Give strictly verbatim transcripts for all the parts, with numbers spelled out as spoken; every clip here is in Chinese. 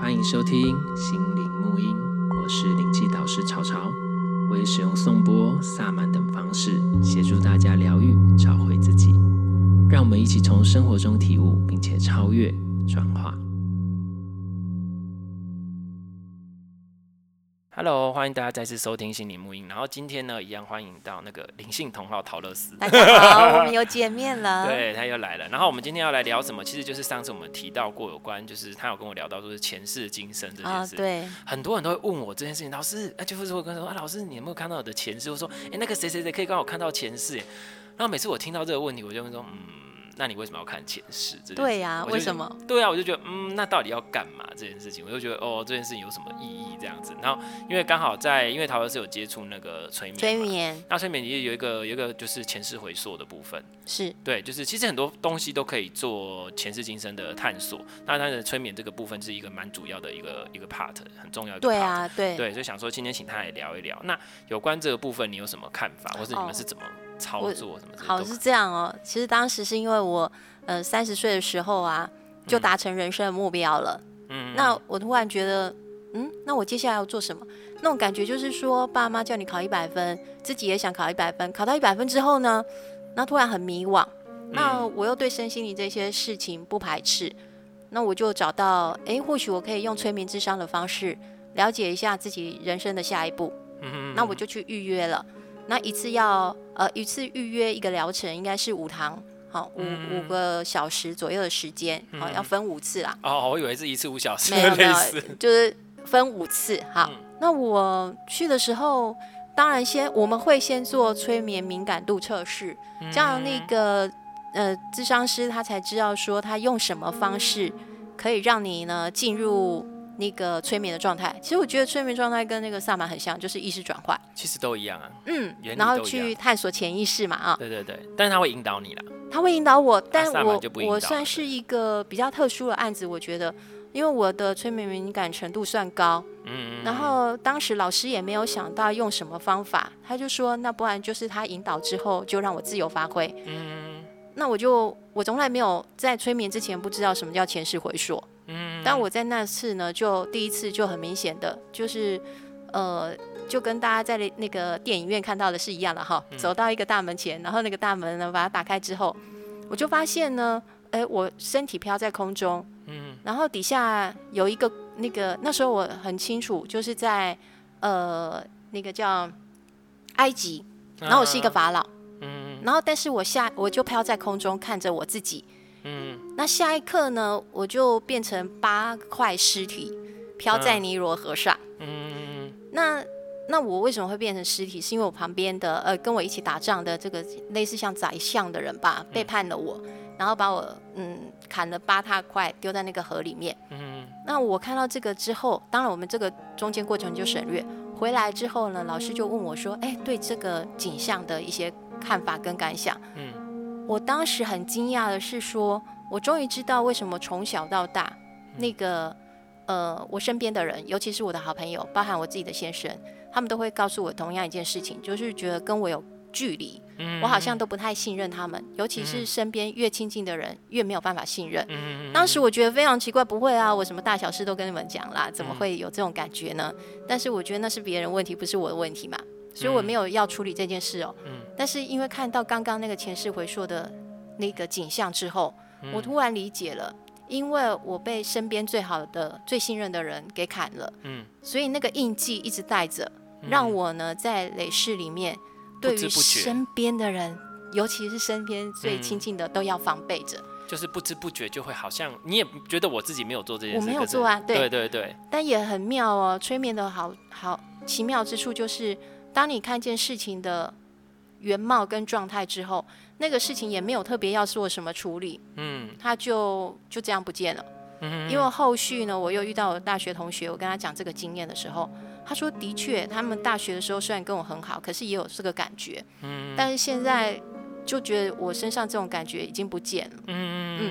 欢迎收听心灵牧音，我是灵气导师潮潮，我会使用颂钵、萨满等方式协助大家疗愈、找回自己。让我们一起从生活中体悟，并且超越、转化。Hello， 欢迎大家再次收听心灵牧音。然后今天呢，一样欢迎到那个灵性同好陶乐斯。 大家好，我们又见面了。 对，他又来了。然后我们今天要来聊什么？其实就是上次我们提到过有关，就是他有跟我聊到说是前世今生这件事。 啊、对， 很多人都会问我这件事情，老师，啊、就是会跟我说啊，老师，你有没有看到我的前世？我说，哎，那个谁谁谁可以刚好看到前世。然后每次我听到这个问题，我就会说，嗯。那你为什么要看前世？ 对呀、啊，为什么？ 对啊，我就觉得，嗯，那到底要干嘛这件事情？我就觉得，哦，这件事情有什么意义这样子？然后，因为刚好在，因为陶乐斯有接触那个催眠， 催眠， 那催眠也有一个有一个就是前世回溯的部分， 是对，就是其实很多东西都可以做前世今生的探索。那它的催眠这个部分是一个蛮主要的一个一个 part， 很重要的 part。 对啊，对对，所以想说今天请他来聊一聊。那有关这个部分，你有什么看法，或是你们是怎么操作什么的？ 好，是这样哦。其实当时是因为我。呃，三十岁的时候啊，就达成人生的目标了。嗯，那我突然觉得，嗯，那我接下来要做什么？那种感觉就是说，爸妈叫你考一百分，自己也想考一百分，考到一百分之后呢，那突然很迷惘。那我又对身心灵这些事情不排斥，那我就找到，哎，或许我可以用催眠諮商的方式了解一下自己人生的下一步。嗯，那我就去预约了。那一次要呃一次预约一个疗程，应该是五堂。好，五五个小时左右的时间，好、嗯，要分五次啦。 哦，我以为是一次五小时， 没有没有，就是分五次。好，嗯、那我去的时候，当然先我们会先做催眠敏感度测试，嗯、这样那个呃諮商师他才知道说他用什么方式可以让你呢进入那个催眠的状态。其实我觉得催眠状态跟那个萨满很像，就是意识转换， 其实都一样啊。 嗯，然后去探索潜意识嘛啊。 对对对，但是他会引导你啦。 他会引导我，但我我算是一个比较特殊的案子，我觉得，因为我的催眠敏感程度算高，嗯，然后当时老师也没有想到用什么方法，他就说，那不然就是他引导之后就让我自由发挥，嗯，那我就我从来没有在催眠之前不知道什么叫前世回溯，嗯，但我在那次呢，就第一次就很明显的就是，呃。就跟大家在那个电影院看到的是一样的哈，走到一个大门前，然后那个大门呢把它打开之后，我就发现呢，哎，我身体飘在空中，嗯，然后底下有一个那个那时候我很清楚，就是在呃那个叫埃及，然后我是一个法老，嗯，然后但是我下我就飘在空中看着我自己，嗯，那下一刻呢，我就变成八块尸体飘在尼罗河上，嗯，那。那我为什么会变成尸体？是因为我旁边的呃跟我一起打仗的这个类似像宰相的人吧，背叛了我，然后把我嗯砍了八大块丢在那个河里面。嗯，那我看到这个之后，当然我们这个中间过程就省略。回来之后呢，老师就问我说：“哎，对这个景象的一些看法跟感想。”嗯，我当时很惊讶的是说，我终于知道为什么从小到大那个呃我身边的人，尤其是我的好朋友，包含我自己的先生。他们都会告诉我同样一件事情，就是觉得跟我有距离，嗯、我好像都不太信任他们，尤其是身边越亲近的人越没有办法信任。嗯、当时我觉得非常奇怪，不会啊，我什么大小事都跟你们讲啦，怎么会有这种感觉呢？但是我觉得那是别人问题，不是我的问题嘛，所以我没有要处理这件事哦。嗯、但是因为看到刚刚那个前世回溯的那个景象之后，嗯、我突然理解了。因为我被身边最好的、最信任的人给砍了，嗯，所以那个印记一直带着，嗯、让我呢在累世里面，对于身边的人，尤其是身边最亲近的，嗯、都要防备着。 就是不知不觉就会好像你也觉得我自己没有做这件事， 我没有做啊，对对对对。 但也很妙哦，催眠的好好奇妙之处就是，当你看见事情的原貌跟状态之后，那个事情也没有特别要做什么处理，嗯，它就就这样不见了。嗯，因为后续呢，我又遇到我大学同学，我跟他讲这个经验的时候，他说的确，他们大学的时候虽然跟我很好，可是也有这个感觉，嗯，但是现在就觉得我身上这种感觉已经不见了，嗯嗯，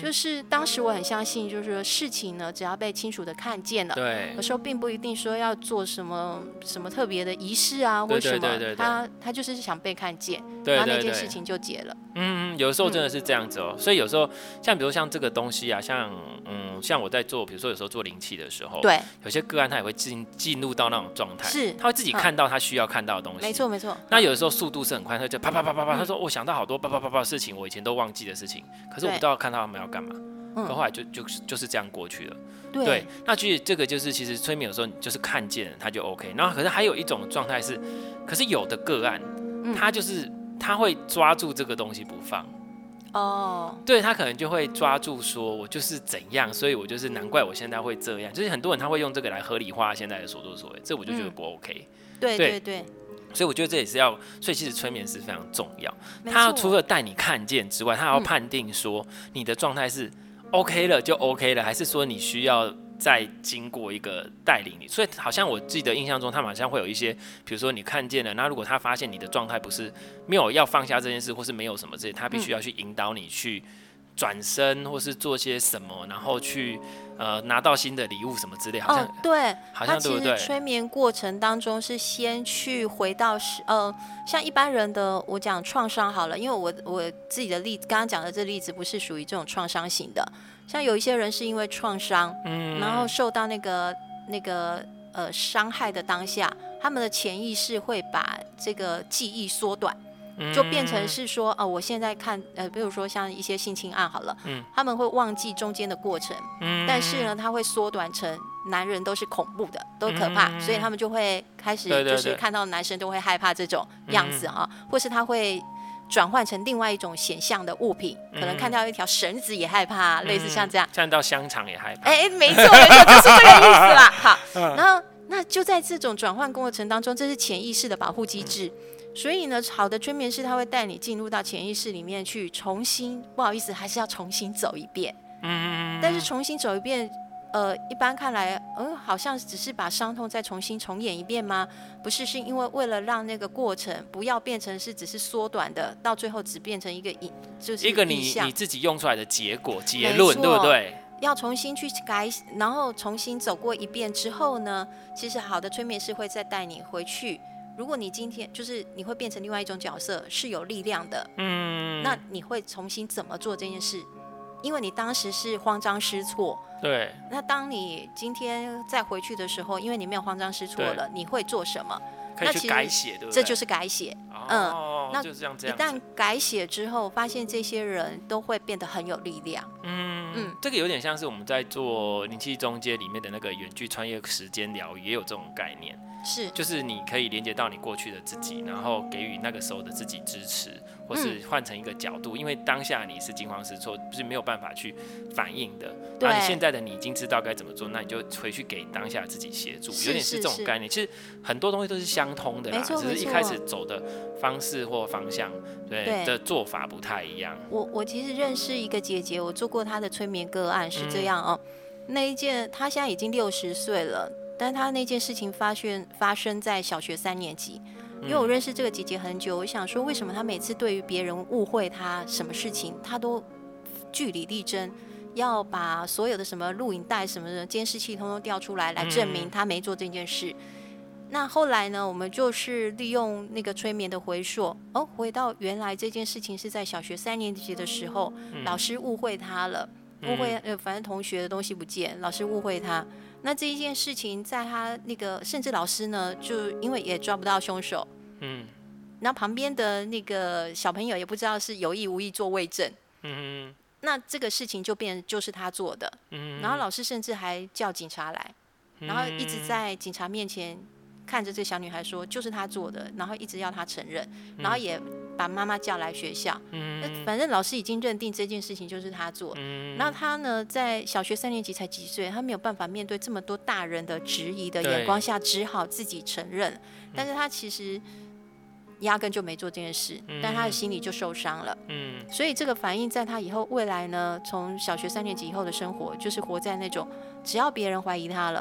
就是当时我很相信，就是说事情呢，只要被清楚的看见了， 对， 有时候并不一定说要做什么什么特别的仪式啊，或什么， 对对对对对， 他他就是想被看见， 对对对， 然后那件事情就结了。 嗯，有的时候真的是这样子哦、嗯。所以有时候像比如像这个东西啊，像嗯，像我在做，比如说有时候做灵气的时候， 对， 有些个案他也会进进入到那种状态， 是， 他会自己看到他需要看到的东西。 没错没错。 那有的时候速度是很快，他就啪啪啪啪啪，他说我想到好多啪啪啪啪的事情，我以前都忘记的事情，可是我不知道看到他们要干嘛。可后来就就就是这样过去了。 对， 对，那其实这个就是其实催眠有时候你就是看见了他就 OK。然后可是还有一种状态是，可是有的个案，嗯、他就是他会抓住这个东西不放。哦，对，他可能就会抓住说，我就是怎样，所以我就是难怪我现在会这样。就是很多人他会用这个来合理化现在的所作所为，这我就觉得不 OK。 嗯、对对 对, 对。 所以我觉得这也是要，所以其实催眠师非常重要。他除了带你看见之外，他还要判定说你的状态是 OK 了就 OK 了，还是说你需要再经过一个带领你。所以好像我记得印象中，他们好像会有一些，比如说你看见了，那如果他发现你的状态不是没有要放下这件事，或是没有什么这些，他必须要去引导你去转身，或是做些什么，然后去呃拿到新的礼物什么之类，好像、 哦、对， 好像对不对？ 他其实催眠过程当中是先去回到呃，像一般人的我讲创伤好了，因为我我自己的例子，刚刚讲的这例子不是属于这种创伤型的，像有一些人是因为创伤，嗯，然后受到那个那个呃伤害的当下，他们的潜意识会把这个记忆缩短。就变成是说，呃，我现在看，呃，比如说像一些性侵案好了，嗯，他们会忘记中间的过程，嗯，但是呢，他会缩短成男人都是恐怖的，都可怕，嗯、所以他们就会开始就是看到男生都会害怕这种样子哈、嗯，或是他会转换成另外一种显象的物品，嗯、可能看到一条绳子也害怕，嗯、类似像这样， 看到香肠也害怕， 哎、欸，没错没错，就是这个意思啦，好，然后那就在这种转换过程当中，这是潜意识的保护机制。嗯，所以呢，好的催眠师他会带你进入到潜意识里面去，重新不好意思，还是要重新走一遍。嗯，但是重新走一遍，呃，一般看来，嗯，好像只是把伤痛再重新重演一遍吗？不是，是因为为了让那个过程不要变成是只是缩短的，到最后只变成一个就是一个你你自己用出来的结果结论，对不对？ 要重新去改，然后重新走过一遍之后呢，其实好的催眠师会再带你回去。如果你今天就是你会变成另外一种角色，是有力量的，嗯，那你会重新怎么做这件事？因为你当时是慌张失措， 对。 那当你今天再回去的时候，因为你没有慌张失措了，你会做什么？ 可以去改写，对不对？ 这就是改写， 哦、嗯，那就是这样这样。 一旦改写之后，发现这些人都会变得很有力量。 嗯嗯，这个有点像是我们在做灵气中阶里面的那个远距穿越时间疗愈，也有这种概念。 是， 就是你可以连接到你过去的自己，然后给予那个时候的自己支持，或是换成一个角度，嗯、因为当下你是惊慌失措，是没有办法去反应的。 对。 那你现在的你已经知道该怎么做，那你就回去给当下自己协助，有点是这种概念。其实很多东西都是相通的啦，只是一开始走的方式或方向，对, 对的做法不太一样。 我我其实认识一个姐姐，我做过她的催眠个案，是这样哦。嗯、那一件，她现在已经六十岁了。但是他那件事情发生发生在小学三年级，因为我认识这个姐姐很久，我想说为什么她每次对于别人误会她什么事情，她都据理力争，要把所有的什么录影带什么的监视器通通调出来，来证明她没做这件事。那后来呢，我们就是利用那个催眠的回溯，哦，回到原来这件事情是在小学三年级的时候，老师误会她了，误会呃，反正同学的东西不见，老师误会她。那这一件事情，在他那个，甚至老师呢，就因为也抓不到凶手，嗯，然后旁边的那个小朋友也不知道是有意无意做伪证，嗯，那这个事情就变就是他做的，嗯，然后老师甚至还叫警察来，然后一直在警察面前看着这小女孩说就是他做的，然后一直要他承认，然后也把妈妈叫来学校，嗯，反正老师已经认定这件事情就是他做，嗯，然后他呢在小学三年级才几岁，他没有办法面对这么多大人的质疑的眼光下，只好自己承认，但是他其实压根就没做这件事，嗯，但他的心里就受伤了，嗯，所以这个反应在他以后未来呢，从小学三年级以后的生活，就是活在那种只要别人怀疑他了，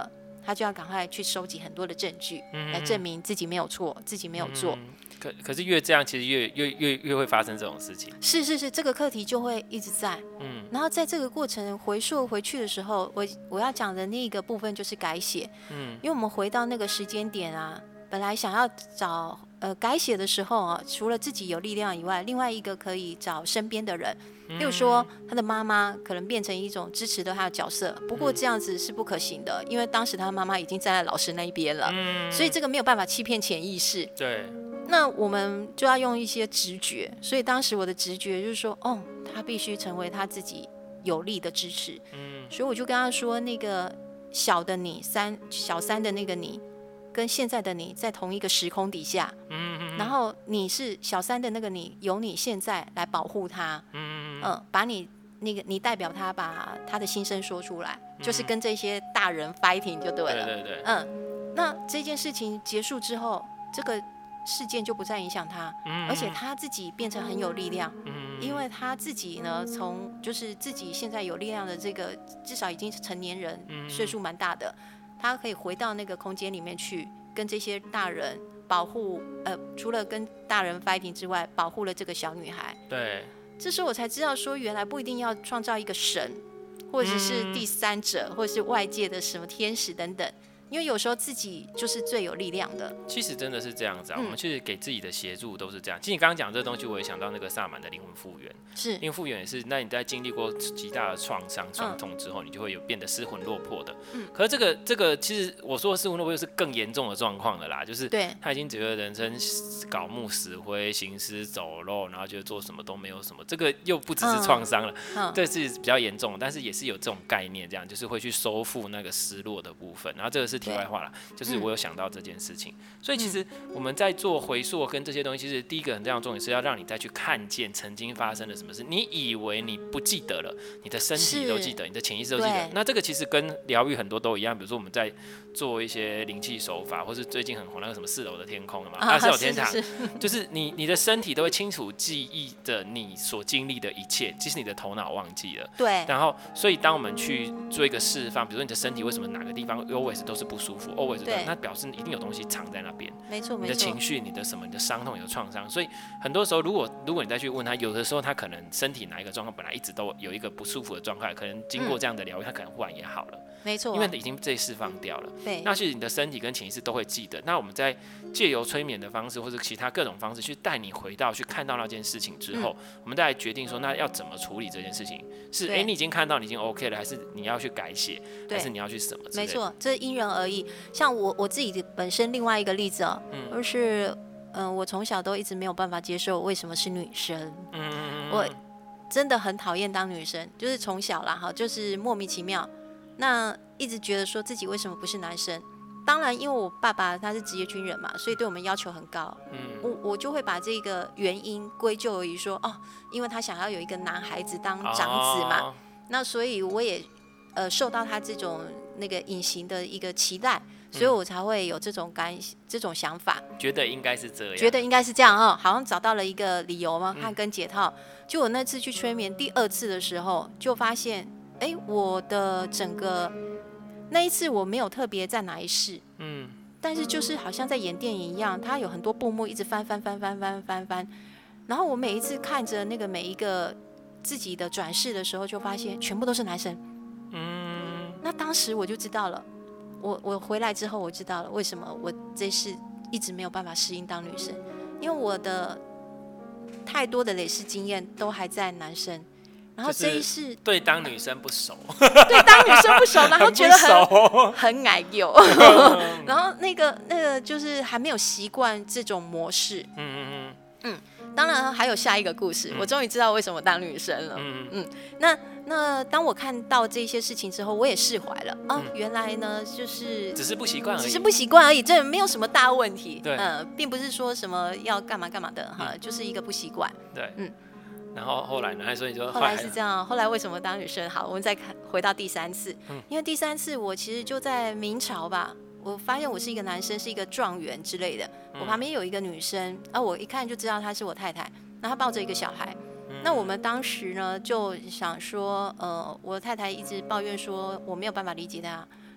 他就要赶快去收集很多的证据，嗯、来证明自己没有错，自己没有做。 嗯、可可是越这样，其实越越越越会发生这种事情。 是是是，这个课题就会一直在。嗯，然后在这个过程回溯回去的时候，我我要讲的那一个部分就是改写。嗯，因为我们回到那个时间点啊，本来想要找呃改写的时候啊，除了自己有力量以外，另外一个可以找身边的人。例如说，他的妈妈可能变成一种支持的他的角色，不过这样子是不可行的，因为当时他的妈妈已经站在老师那一边了，嗯、所以这个没有办法欺骗潜意识。 对， 那我们就要用一些直觉，所以当时我的直觉就是说，哦，他必须成为他自己有力的支持。嗯，所以我就跟他说，那个小的你，三小三的那个你，跟现在的你在同一个时空底下。嗯。然后你是小三的那个你，由你现在来保护他，嗯嗯，把你那个你代表他，把他的心声说出来，嗯、就是跟这些大人 fighting 就对了， 对对对， 嗯，那这件事情结束之后，这个事件就不再影响他，嗯、而且他自己变成很有力量，嗯、因为他自己呢，从就是自己现在有力量的这个，至少已经是成年人，嗯、岁数蛮大的，他可以回到那个空间里面去，跟这些大人。保护呃，除了跟大人 fighting 之外，保护了这个小女孩。 对， 这时候我才知道说，原来不一定要创造一个神，或者是第三者，嗯、或者是外界的什么天使等等。因为有时候自己就是最有力量的。 其实真的是这样子啊，嗯、我们其实给自己的协助都是这样。其实你刚刚讲这个东西，我也想到那个萨满的灵魂复原。 是， 灵魂复原也是，那你在经历过极大的创伤、创痛之后，嗯、你就会有变得失魂落魄的。嗯。可是这个这个，其实我说的失魂落魄又是更严重的状况了啦，就是他已经觉得人生槁木死灰、行尸走肉，然后觉得做什么都没有什么，这个又不只是创伤了，嗯嗯、这是比较严重，但是也是有这种概念，这样就是会去收复那个失落的部分。然后这个是题外话了。就是我有想到这件事情，嗯、所以其实我们在做回溯跟这些东西，其实第一个很重要的重点是要让你再去看见曾经发生了什么事。你以为你不记得了，你的身体都记得，你的潜意识都记得。那这个其实跟疗愈很多都一样，比如说我们在做一些灵气手法，或是最近很红那个什么四楼的天空嘛，啊，四楼天堂，是是是就是你你的身体都会清楚记忆着你所经历的一切，即使你的头脑忘记了。 对。 然后，所以当我们去做一个释放，比如说你的身体为什么哪个地方 always 都是不舒服 ，always 那表示一定有东西藏在那边， 没错， 你的情绪、你的什么、你的伤痛、你的创伤，所以很多时候，如果如果你再去问他，有的时候他可能身体哪一个状况本来一直都有一个不舒服的状态，可能经过这样的疗愈，他可能忽然也好了， 没错， 因为已经被释放掉了。 对， 那其实你的身体跟潜意识都会记得。那我们在借由催眠的方式，或者其他各种方式，去带你回到去看到那件事情之后，嗯、我们再来决定说，那要怎么处理这件事情？是哎、欸，你已经看到，你已经 OK 了，还是你要去改写，还是你要去什么之类的？ 没错，这因人而异。像我我自己的本身另外一个例子哦，嗯、就是嗯、呃，我从小都一直没有办法接受为什么是女生，嗯、我真的很讨厌当女生，就是从小啦哈，就是莫名其妙，那一直觉得说自己为什么不是男生。当然，因为我爸爸他是职业军人嘛，所以对我们要求很高。嗯，我我就会把这个原因归咎于说，哦，因为他想要有一个男孩子当长子嘛，哦、那所以我也呃受到他这种那个隐形的一个期待，所以我才会有这种感这种想法， 觉得应该是这样， 觉得应该是这样哦，好像找到了一个理由嘛，他跟解套。就我那次去催眠第二次的时候，就发现，哎，我的整个。那一次我没有特别在哪一世，嗯，但是就是好像在演电影一样，它有很多布幕一直翻翻翻翻翻翻翻，然后我每一次看着那个每一个自己的转世的时候，就发现全部都是男生，嗯，那当时我就知道了，我我回来之后我知道了为什么我这世一直没有办法适应当女生，因为我的太多的累世经验都还在男生。然后这一世对当女生不熟， 对当女生不熟，然后觉得很很矮幼，然后那个那个就是还没有习惯这种模式。嗯嗯嗯嗯，当然还有下一个故事，嗯、我终于知道为什么当女生了。嗯嗯，那那当我看到这些事情之后，我也释怀了。啊，嗯、原来呢就是只是不习惯而已， 只是不习惯而已，这没有什么大问题。 对， 嗯、呃，并不是说什么要干嘛干嘛的哈，嗯、就是一个不习惯。 对，嗯。然后后来呢？还说你说后来是这样。后来为什么当女生？好，我们再看回到第三次。嗯，因为第三次我其实就在明朝吧，我发现我是一个男生，是一个状元之类的。嗯、我旁边有一个女生，啊，我一看就知道她是我太太。那她抱着一个小孩。嗯、那我们当时呢就想说，呃，我太太一直抱怨说我没有办法理解她。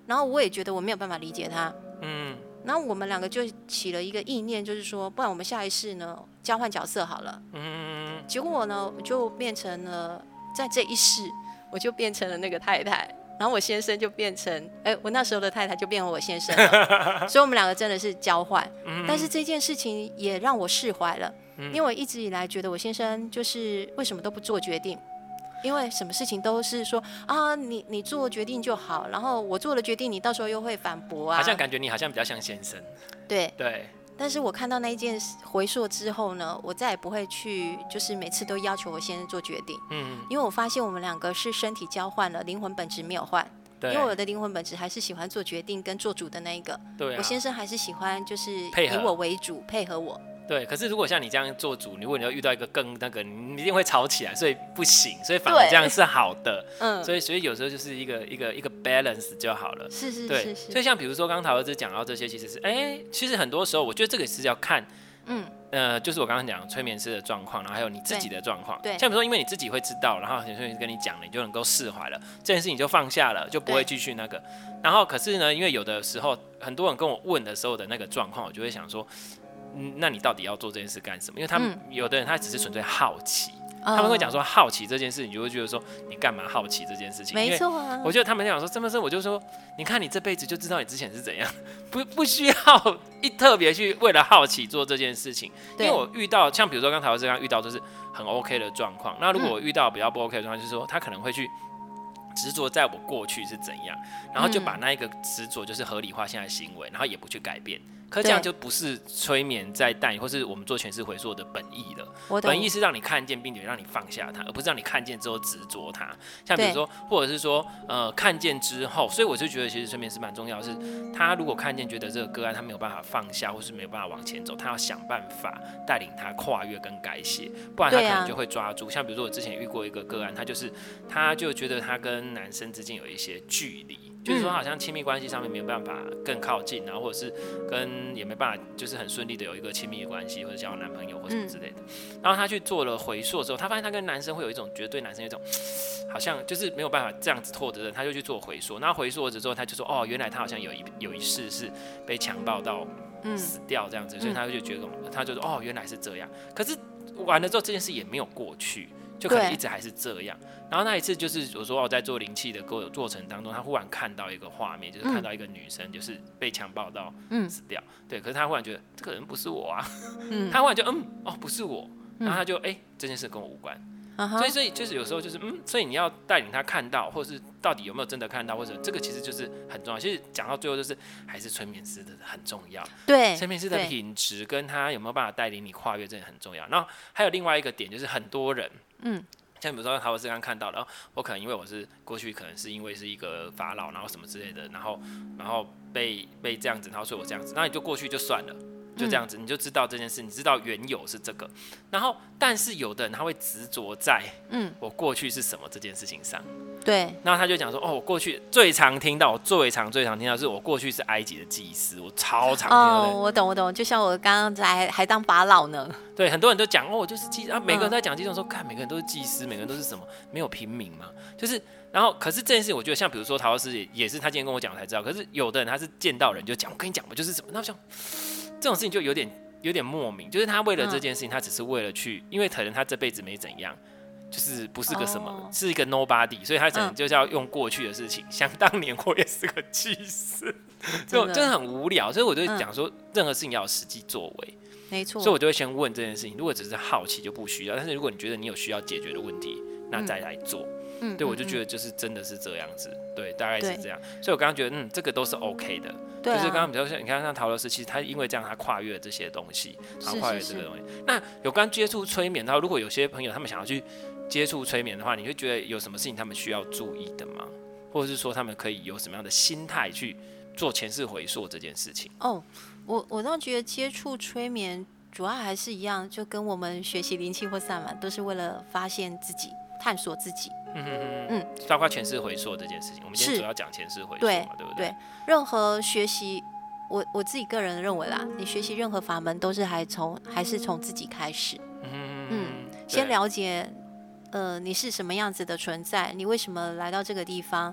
然后我也觉得我没有办法理解他，嗯，然后我们两个就起了一个意念，就是说，不然我们下一世呢交换角色好了，嗯，结果呢就变成了在这一世，我就变成了那个太太。然后我先生就变成，哎、欸，我那时候的太太就变成我先生了，所以我们两个真的是交换。嗯、但是这件事情也让我释怀了，嗯、因为我一直以来觉得我先生就是为什么都不做决定，因为什么事情都是说啊，你你做决定就好，然后我做了决定，你到时候又会反驳啊。 好像感觉你好像比较像先生。 对对。 但是我看到那一件回溯之后呢，我再也不会去，就是每次都要求我先生做决定。嗯，因为我发现我们两个是身体交换了，灵魂本质没有换。对，因为我的灵魂本质还是喜欢做决定跟做主的那一个。对、啊，我先生还是喜欢就是以我为主，配合我。 对，可是如果像你这样做主，如果你要遇到一个更那个，你一定会吵起来，所以不行，所以反而这样是好的。嗯，所以所以有时候就是一个一个一个 balance 就好了。 是是对是是。 所以像比如说刚刚陶儿子讲到这些，其实是哎、欸，其实很多时候我觉得这个是要看，嗯呃，就是我刚刚讲催眠师的状况，然后还有你自己的状况。对。像比如说，因为你自己会知道，然后有些人跟你讲了，你就能够释怀了，这件事情就放下了，就不会继续那个。然后可是呢，因为有的时候很多人跟我问的时候的那个状况，我就会想说。嗯，那你到底要做这件事干什么？因为他们、嗯、有的人他只是纯粹好奇，嗯、他们会讲说好奇这件事，你就会觉得说你干嘛好奇这件事情？ 没错啊。 我觉得他们讲说这么深，我就说你看你这辈子就知道你之前是怎样，不不需要一特别去为了好奇做这件事情。因为我遇到像比如说刚才我这样遇到就是很 OK 的状况，那如果我遇到比较不 OK 的状况，就是说他可能会去执着在我过去是怎样，然后就把那一个执着就是合理化现在的行为，然后也不去改变。可这样就不是催眠在带你，或是我们做诠释回溯的本意了。本意是让你看见，并且让你放下它，而不是让你看见之后执着它。像比如说，或者是说，呃，看见之后，所以我就觉得其实催眠是蛮重要的是，他如果看见觉得这个个案他没有办法放下，或是没有办法往前走，他要想办法带领他跨越跟改写，不然他可能就会抓住。啊、像比如说我之前遇过一个个案，他就是他就觉得他跟男生之间有一些距离。就是说，好像亲密关系上面没有办法更靠近，然后或者是跟也没办法，就是很顺利的有一个亲密的关系，或者交男朋友或什么之类的。嗯、然后他去做了回溯之后，他发现他跟男生会有一种觉得对男生有一种好像就是没有办法这样子拓的人，他就去做回溯。然后回溯了之后，他就说：“哦，原来他好像有一有一世是被强暴到死掉这样子。”嗯、所以他就觉得，他就说：“哦，原来是这样。”可是完了之后，这件事也没有过去。就可能一直还是这样，然后那一次就是我说我在做灵气的过程当中，他忽然看到一个画面，就是看到一个女生就是被强暴到死掉，嗯、对，可是他忽然觉得这个人不是我啊，嗯、他忽然就嗯哦不是我，然后他就哎、欸、这件事跟我无关，嗯、所以所以就是有时候就是嗯，所以你要带领他看到，或是到底有没有真的看到，或者这个其实就是很重要。其实讲到最后就是还是催眠师的很重要， 对， 催眠师的品质跟他有没有办法带领你跨越，真的很重要。然后还有另外一个点就是很多人。嗯，像比如说，陶老师刚看到了，我可能因为我是过去可能是因为是一个法老，然后什么之类的，然后然后被被这样子，然后所以我这样子，那你就过去就算了，就这样子，你就知道这件事，你知道缘由是这个。然后，但是有的人他会执着在，嗯，我过去是什么这件事情上。 对， 然后他就讲说，哦，我过去最常听到，我最常最常听到是我过去是埃及的祭司，我超常听到的。 哦，我懂我懂，就像我刚刚在还当法老呢。 对，很多人都讲哦，我就是祭司啊，每个人都在讲祭司，说看每个人都是祭司，每个人都是什么，没有平民嘛，就是。然后，可是这件事，我觉得像比如说陶老师也也是他今天跟我讲我才知道，可是有的人他是见到人就讲，我跟你讲，我就是什么，那像这种事情就有点有点莫名，就是他为了这件事情，他只是为了去，因为可能他这辈子没怎样。就是不是个什么，哦、是一个 nobody， 所以他可能就是要用过去的事情。嗯、想当年我也是个祭司，就真的很无聊，所以我就讲说，任何事情要有实际作为。 没错。 所以我就会先问这件事情，如果只是好奇就不需要，但是如果你觉得你有需要解决的问题，那再来做。嗯，对，我就觉得就是真的是这样子，对，大概是这样。所以我刚刚觉得，嗯，这个都是 OK 的。对、啊。就是刚刚比如说，你看像陶乐斯，其实他因为这样，他跨越了这些东西，然后跨越这个东西。是是是那有关接触催眠，然后如果有些朋友他们想要去接触催眠的话，你会觉得有什么事情他们需要注意的吗？或者是说他们可以有什么样的心态去做前世回溯这件事情？ 哦，我我倒觉得接触催眠主要还是一样，就跟我们学习灵气或萨满，都是为了发现自己、探索自己。 嗯哼哼嗯，包括前世回溯这件事情，我们今天主要讲前世回溯嘛， 对, 对不对？ 对，任何学习，我我自己个人认为啦，你学习任何法门都是还从还是从自己开始。嗯嗯，先了解。呃，你是什么样子的存在？你为什么来到这个地方？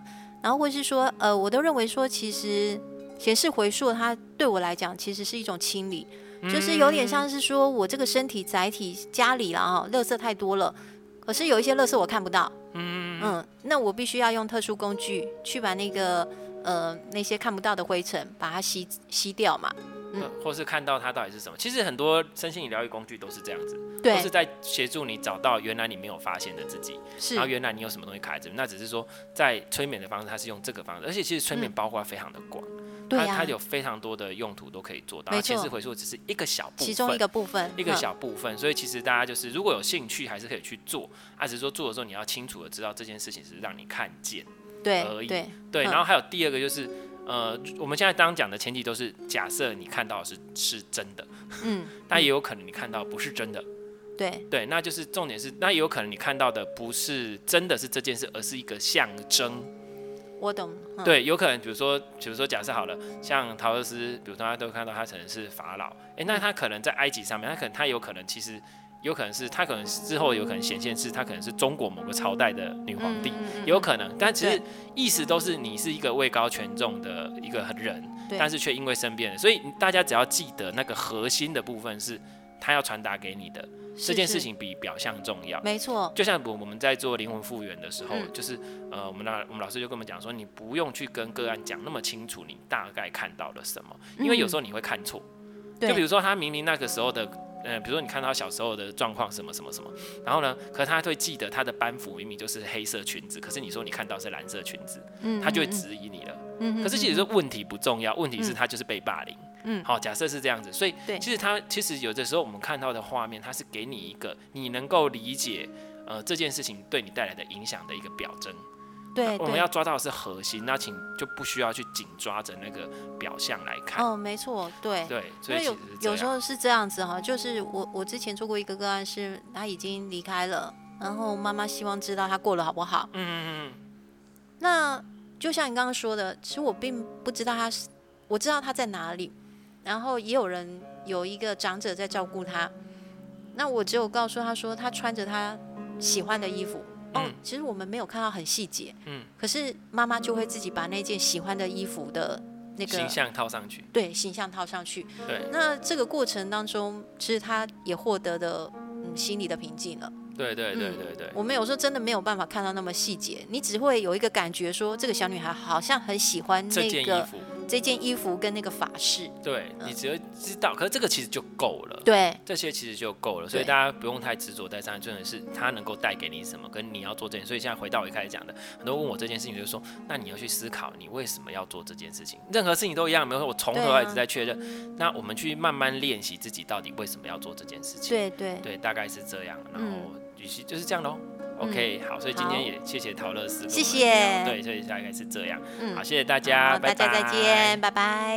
然后或是说，呃，我都认为说，其实显示回溯它对我来讲，其实是一种清理，嗯、就是有点像是说我这个身体载体家里啦哈，垃圾太多了，可是有一些垃圾我看不到，嗯嗯，那我必须要用特殊工具去把那个呃那些看不到的灰尘把它吸吸掉嘛。 嗯，或是看到它到底是什么。其实很多身心灵疗愈工具都是这样子， 对， 都是在协助你找到原来你没有发现的自己， 是， 然后原来你有什么东西卡在这边。那只是说在催眠的方式，它是用这个方式，而且其实催眠包括非常的广，嗯、它它有非常多的用途都可以做到。前世回溯只是一个小部分， 其中一个部分， 一个小部分。所以其实大家就是如果有兴趣，还是可以去做。啊，只是说做的时候你要清楚的知道这件事情是让你看见而已。 对对，然后还有第二个就是。呃，我们现在刚刚讲的前提都是假设你看到的是是真的，嗯，那也有可能你看到不是真的， 对对，那就是重点是，那也有可能你看到的不是真的是这件事，而是一个象征。 我懂， 嗯、对，有可能比如说，比如说假设好了，像陶乐斯，比如说他都看到他可能是法老，哎、欸，那他可能在埃及上面，他可能他有可能其实。有可能是他可能之后有可能显现是他可能是中国某个朝代的女皇帝，嗯、有可能，但其实意思都是你是一个位高权重的一个人，但是却因为生变了，所以大家只要记得那个核心的部分是他要传达给你的这件事情比表象重要， 没错。 就像我们在做灵魂复原的时候，嗯、就是呃，我们老我们老师就跟我们讲说，你不用去跟个案讲那么清楚你大概看到了什么，因为有时候你会看错，嗯、就比如说他明明那个时候的。呃，比如说你看到小时候的状况什么什么什么，然后呢，可是他会记得他的班服明明就是黑色裙子，可是你说你看到是蓝色裙子，嗯、他就会质疑你了。嗯、可是其实说问题不重要，问题是他就是被霸凌。嗯，好，假设是这样子，所以其实他其实有的时候我们看到的画面，它是给你一个你能够理解呃这件事情对你带来的影响的一个表征。 对， 我们要抓到的是核心，那请就不需要去紧抓着那个表象来看。 哦，没错，对， 对，所以其实有有时候是这样子哈，就是我我之前做过一个个案，是他已经离开了，然后妈妈希望知道他过得好不好。嗯嗯嗯。那就像你刚刚说的，其实我并不知道他是，我知道他在哪里，然后也有人有一个长者在照顾他，那我只有告诉他说，他穿着他喜欢的衣服。哦，其实我们没有看到很细节，嗯，可是妈妈就会自己把那件喜欢的衣服的那个形象套上去， 对，形象套上去， 对。 那这个过程当中，其实他也获得了嗯心理的平静了。 对对对对对。 嗯、我们有时候真的没有办法看到那么细节，你只会有一个感觉说，这个小女孩好像很喜欢那个这件衣服。 这件衣服跟那个发饰， 对，你只要知道，可是这个其实就够了， 对， 这些其实就够了，所以大家不用太执着在上面，真的是它能够带给你什么，跟你要做这件事。所以现在回到我一开始讲的，很多人问我这件事情，就是说，那你要去思考你为什么要做这件事情。任何事情都一样，没有说我从头到尾一直在确认。啊、那我们去慢慢练习自己到底为什么要做这件事情。 对对对，大概是这样。然后，于是就是这样喽。OK， 好，所以今天也谢谢陶乐斯， 谢谢， 对，所以大概是这样，嗯、好，谢谢大家，拜拜， 大家再见，拜拜。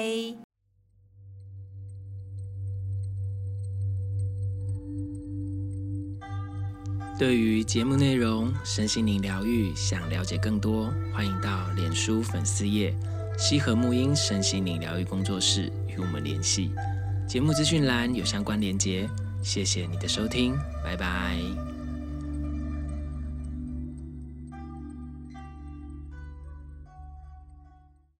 对于节目内容、身心灵疗愈，想了解更多，欢迎到脸书粉丝页西和沐音身心灵疗愈工作室与我们联系。节目资讯栏有相关连结，谢谢你的收听，拜拜。